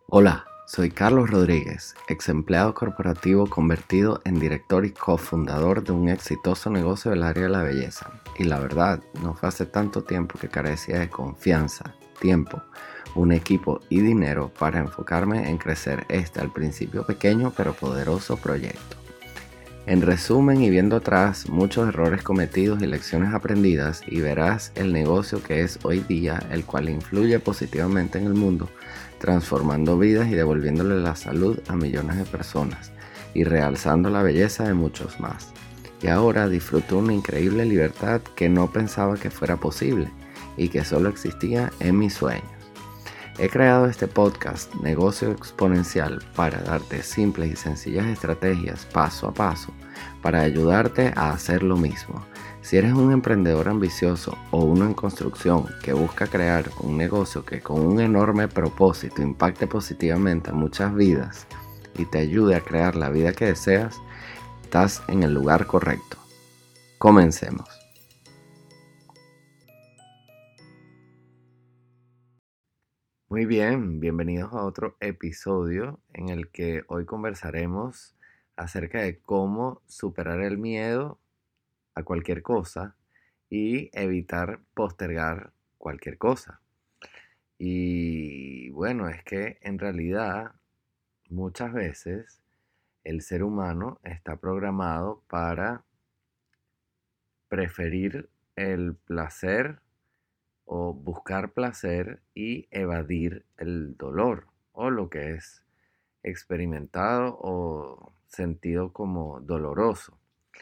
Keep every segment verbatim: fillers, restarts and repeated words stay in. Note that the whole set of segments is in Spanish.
Hola, soy Carlos Rodríguez, ex empleado corporativo convertido en director y cofundador de un exitoso negocio del área de la belleza. Y la verdad, no fue hace tanto tiempo que carecía de confianza, tiempo, un equipo y dinero para enfocarme en crecer este al principio pequeño pero poderoso proyecto. En resumen y viendo atrás muchos errores cometidos y lecciones aprendidas, y verás el negocio que es hoy día, el cual influye positivamente en el mundo, transformando vidas y devolviéndole la salud a millones de personas y realzando la belleza de muchos más. Y ahora disfruto una increíble libertad que no pensaba que fuera posible y que solo existía en mis sueños. He creado este podcast Negocio Exponencial para darte simples y sencillas estrategias paso a paso para ayudarte a hacer lo mismo. Si eres un emprendedor ambicioso o uno en construcción que busca crear un negocio que con un enorme propósito impacte positivamente a muchas vidas y te ayude a crear la vida que deseas, estás en el lugar correcto. Comencemos. Muy bien, bienvenidos a otro episodio en el que hoy conversaremos acerca de cómo superar el miedo a cualquier cosa y evitar postergar cualquier cosa. Y bueno, es que en realidad muchas veces el ser humano está programado para preferir el placer o buscar placer y evadir el dolor o lo que es experimentado o sentido como doloroso.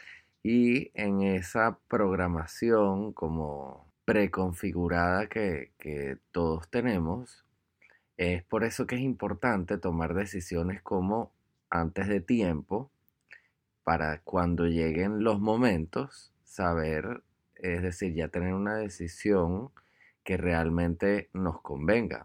Y en esa programación como preconfigurada que, que todos tenemos, es por eso que es importante tomar decisiones como antes de tiempo, para cuando lleguen los momentos, saber, es decir, ya tener una decisión que realmente nos convenga,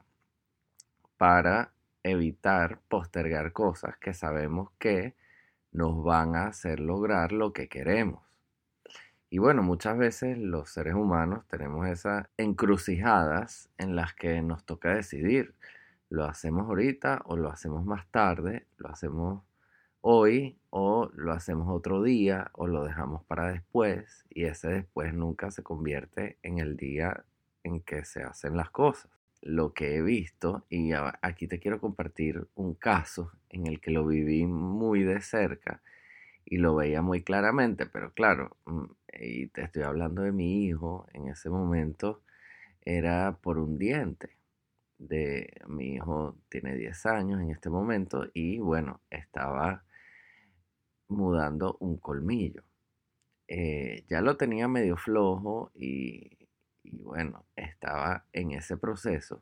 para evitar postergar cosas que sabemos que nos van a hacer lograr lo que queremos. Y bueno, muchas veces los seres humanos tenemos esas encrucijadas en las que nos toca decidir. ¿Lo hacemos ahorita o lo hacemos más tarde? ¿Lo hacemos hoy o lo hacemos otro día o lo dejamos para después? Y ese después nunca se convierte en el día en que se hacen las cosas. Lo que he visto, y a- aquí te quiero compartir un caso en el que lo viví muy de cerca y lo veía muy claramente, pero claro, mm, y te estoy hablando de mi hijo, en ese momento era por un diente. De mi hijo tiene diez años en este momento y bueno, estaba mudando un colmillo. Eh, ya lo tenía medio flojo y, y bueno, estaba en ese proceso.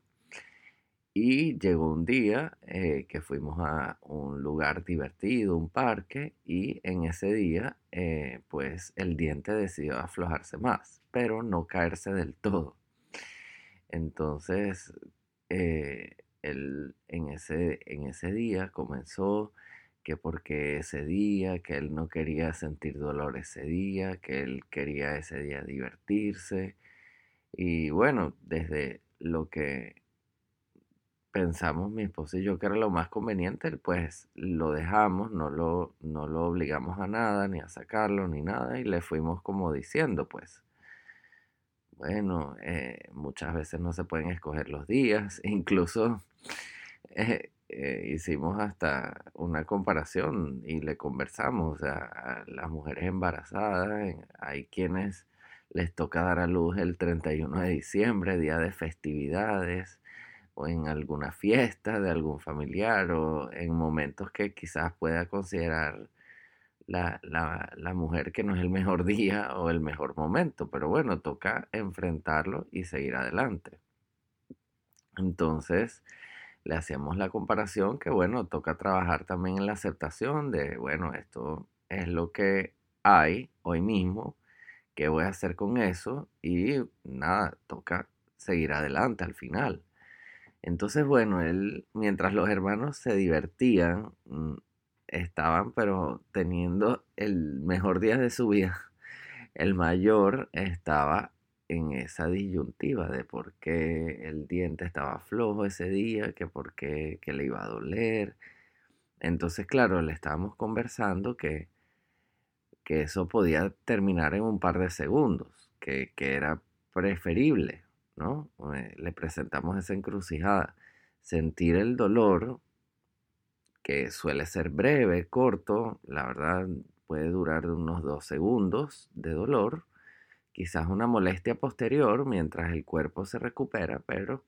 Y llegó un día eh, que fuimos a un lugar divertido, un parque, y en ese día, eh, pues el diente decidió aflojarse más, pero no caerse del todo. Entonces, eh, él en ese, en ese día comenzó que porque ese día, que él no quería sentir dolor ese día, que él quería ese día divertirse. Y bueno, desde lo que pensamos mi esposa y yo que era lo más conveniente, pues lo dejamos, no lo, no lo obligamos a nada, ni a sacarlo, ni nada, y le fuimos como diciendo, pues, bueno, eh, muchas veces no se pueden escoger los días, incluso eh, eh, hicimos hasta una comparación y le conversamos, o sea, a las mujeres embarazadas, en- hay quienes les toca dar a luz el treinta y uno de diciembre, día de festividades, o en alguna fiesta de algún familiar, o en momentos que quizás pueda considerar la, la, la mujer que no es el mejor día o el mejor momento, pero bueno, toca enfrentarlo y seguir adelante. Entonces, le hacíamos la comparación que bueno, toca trabajar también en la aceptación de, bueno, esto es lo que hay hoy mismo, ¿qué voy a hacer con eso? Y nada, toca seguir adelante al final. Entonces, bueno, él, mientras los hermanos se divertían, mm, estaban pero teniendo el mejor día de su vida. El mayor estaba en esa disyuntiva de por qué el diente estaba flojo ese día, que por qué que le iba a doler. Entonces, claro, le estábamos conversando que, que eso podía terminar en un par de segundos, que, que era preferible, ¿no? Eh, Le presentamos esa encrucijada. Sentir el dolor, que suele ser breve, corto, la verdad puede durar unos dos segundos de dolor, quizás una molestia posterior mientras el cuerpo se recupera, pero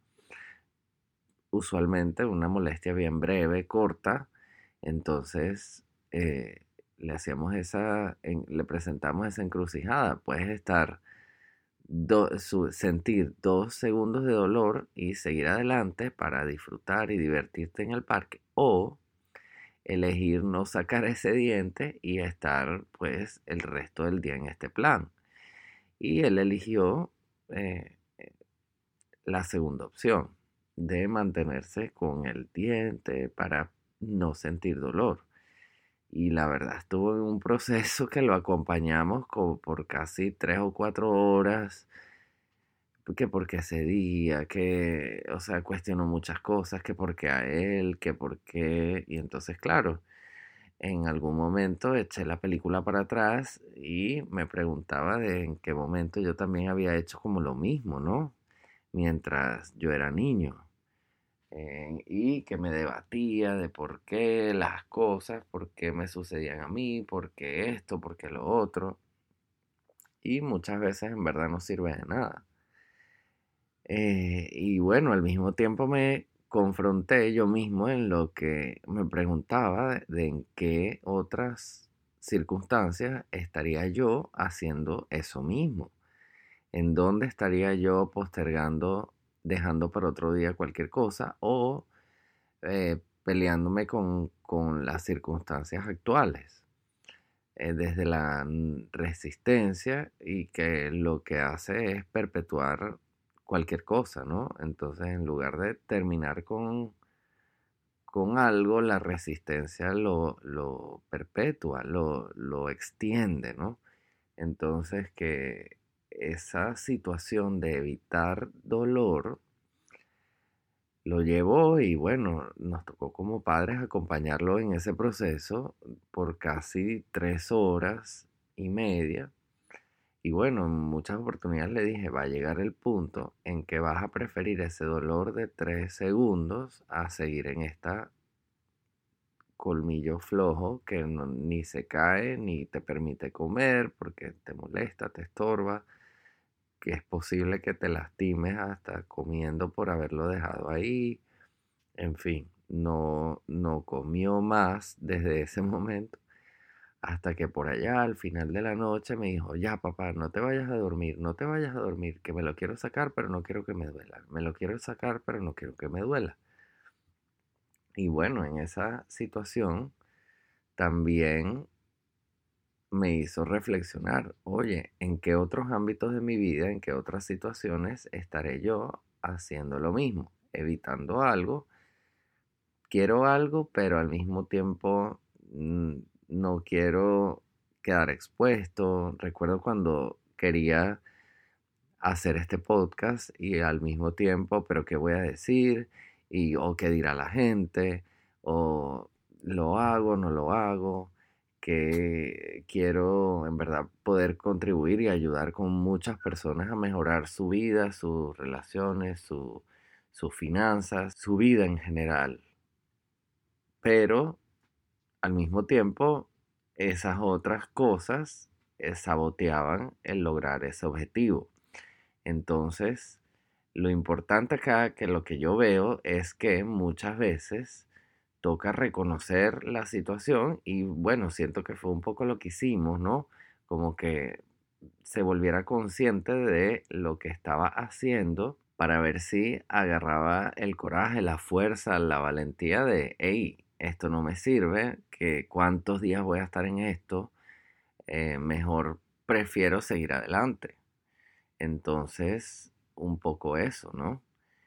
usualmente una molestia bien breve, corta. Entonces eh, le hacíamos esa, en- le presentamos esa encrucijada. Puedes estar, do- su- sentir dos segundos de dolor y seguir adelante para disfrutar y divertirte en el parque, o elegir no sacar ese diente y estar pues el resto del día en este plan. Y él eligió eh, la segunda opción de mantenerse con el diente para no sentir dolor. Y la verdad estuvo en un proceso que lo acompañamos como por casi tres o cuatro horas, que porque ese día, que, o sea, cuestionó muchas cosas, que porque a él, que por qué, y entonces, claro, en algún momento eché la película para atrás y me preguntaba de en qué momento yo también había hecho como lo mismo, ¿no? Mientras yo era niño. Eh, y que me debatía de por qué las cosas, por qué me sucedían a mí, por qué esto, por qué lo otro. Y muchas veces en verdad no sirve de nada. Eh, y bueno, al mismo tiempo me confronté yo mismo en lo que me preguntaba de, de en qué otras circunstancias estaría yo haciendo eso mismo. ¿En dónde estaría yo postergando, dejando para otro día cualquier cosa o eh, peleándome con, con las circunstancias actuales? Eh, desde la mm, resistencia, y que lo que hace es perpetuar cualquier cosa, ¿no? Entonces, en lugar de terminar con, con algo, la resistencia lo, lo perpetúa, lo, lo extiende, ¿no? Entonces, que esa situación de evitar dolor lo llevó, y bueno, nos tocó como padres acompañarlo en ese proceso por casi tres horas y media. Y bueno, en muchas oportunidades le dije, va a llegar el punto en que vas a preferir ese dolor de tres segundos a seguir en esta colmillo flojo que no- ni se cae ni te permite comer porque te molesta, te estorba, que es posible que te lastimes hasta comiendo por haberlo dejado ahí. En fin, no, no comió más desde ese momento, hasta que por allá al final de la noche me dijo, ya papá, no te vayas a dormir, no te vayas a dormir, que me lo quiero sacar, pero no quiero que me duela. Me lo quiero sacar, pero no quiero que me duela. Y bueno, en esa situación también me hizo reflexionar, oye, ¿en qué otros ámbitos de mi vida, en qué otras situaciones estaré yo haciendo lo mismo? Evitando algo, quiero algo, pero al mismo tiempo mm, no quiero quedar expuesto. Recuerdo cuando quería hacer este podcast y al mismo tiempo, pero ¿qué voy a decir? Y, o qué dirá la gente, o lo hago, no lo hago, que quiero en verdad poder contribuir y ayudar con muchas personas a mejorar su vida, sus relaciones, su, sus finanzas, su vida en general. Pero al mismo tiempo, esas otras cosas eh, saboteaban el lograr ese objetivo. Entonces, lo importante acá, que lo que yo veo es que muchas veces toca reconocer la situación, y bueno, siento que fue un poco lo que hicimos, ¿no? Como que se volviera consciente de lo que estaba haciendo para ver si agarraba el coraje, la fuerza, la valentía de, hey, esto no me sirve, que cuántos días voy a estar en esto. Eh, mejor prefiero seguir adelante. Entonces, un poco eso, ¿no?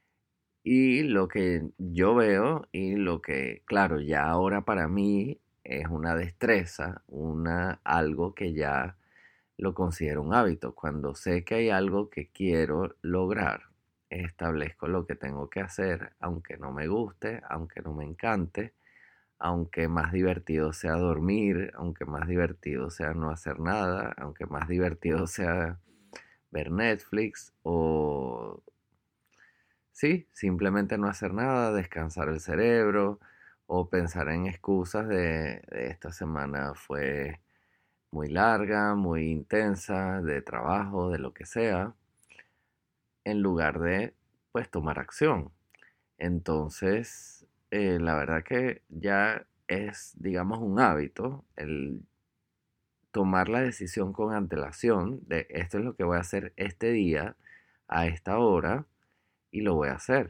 Y lo que yo veo y lo que, claro, ya ahora para mí es una destreza, una, algo que ya lo considero un hábito. Cuando sé que hay algo que quiero lograr, establezco lo que tengo que hacer, aunque no me guste, aunque no me encante, aunque más divertido sea dormir, aunque más divertido sea no hacer nada, aunque más divertido sea ver Netflix o sí, simplemente no hacer nada, descansar el cerebro o pensar en excusas de, de esta semana fue muy larga, muy intensa, de trabajo, de lo que sea, en lugar de pues tomar acción. Entonces, eh, la verdad que ya es, digamos, un hábito el tomar la decisión con antelación de esto es lo que voy a hacer este día, a esta hora, y lo voy a hacer.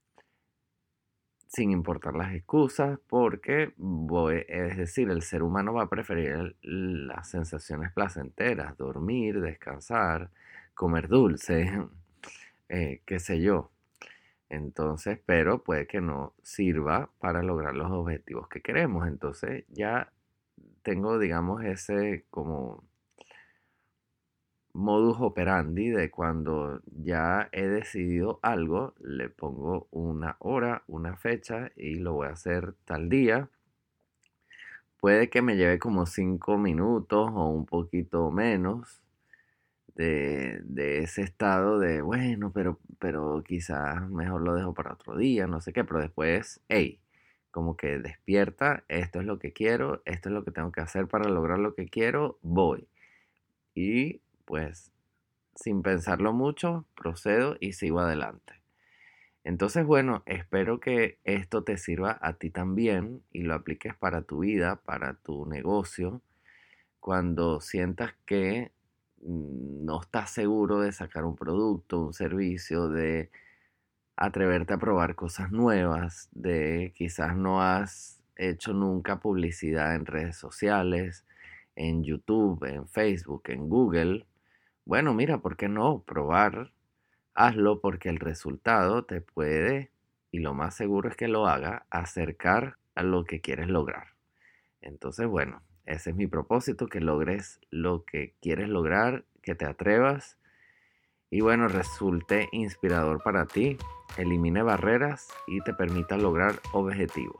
Sin importar las excusas, porque voy, es decir, el ser humano va a preferir el- las sensaciones placenteras, dormir, descansar, comer dulce, eh, qué sé yo. Entonces, pero puede que no sirva para lograr los objetivos que queremos. Entonces ya tengo, digamos, ese como modus operandi de cuando ya he decidido algo, le pongo una hora, una fecha y lo voy a hacer tal día. Puede que me lleve como cinco minutos o un poquito menos de, de ese estado de, bueno, pero, pero quizás mejor lo dejo para otro día, no sé qué, pero después, hey, como que despierta, esto es lo que quiero, esto es lo que tengo que hacer para lograr lo que quiero, voy. Y pues sin pensarlo mucho, procedo y sigo adelante. Entonces, bueno, espero que esto te sirva a ti también y lo apliques para tu vida, para tu negocio, cuando sientas que mm, no estás seguro de sacar un producto, un servicio, de atreverte a probar cosas nuevas, de quizás no has hecho nunca publicidad en redes sociales, en YouTube, en Facebook, en Google. Bueno, mira, ¿por qué no probar? Hazlo porque el resultado te puede, y lo más seguro es que lo haga, acercar a lo que quieres lograr. Entonces, bueno, ese es mi propósito, que logres lo que quieres lograr, que te atrevas y bueno, resulte inspirador para ti, elimine barreras y te permita lograr objetivos.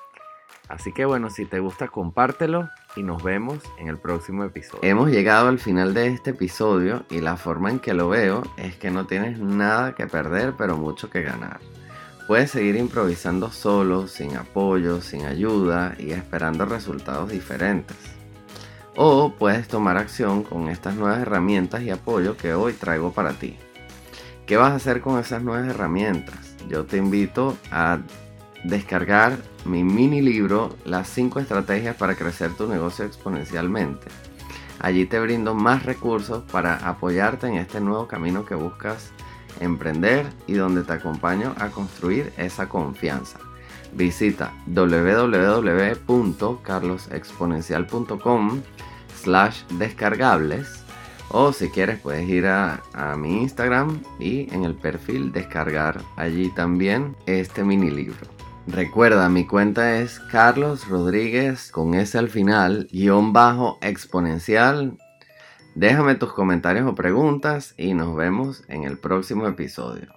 Así que bueno, si te gusta, compártelo y nos vemos en el próximo episodio. Hemos llegado al final de este episodio y la forma en que lo veo es que no tienes nada que perder, pero mucho que ganar. Puedes seguir improvisando solo, sin apoyo, sin ayuda y esperando resultados diferentes. O puedes tomar acción con estas nuevas herramientas y apoyo que hoy traigo para ti. ¿Qué vas a hacer con esas nuevas herramientas? Yo te invito a descargar mi mini libro Las cinco estrategias para crecer tu negocio exponencialmente. Allí te brindo más recursos para apoyarte en este nuevo camino que buscas emprender y donde te acompaño a construir esa confianza. Visita w w w punto carlos exponencial punto com slash descargables o si quieres puedes ir a, a mi Instagram y en el perfil descargar allí también este mini libro. Recuerda, mi cuenta es Carlos Rodríguez con S al final, guión bajo exponencial. Déjame tus comentarios o preguntas y nos vemos en el próximo episodio.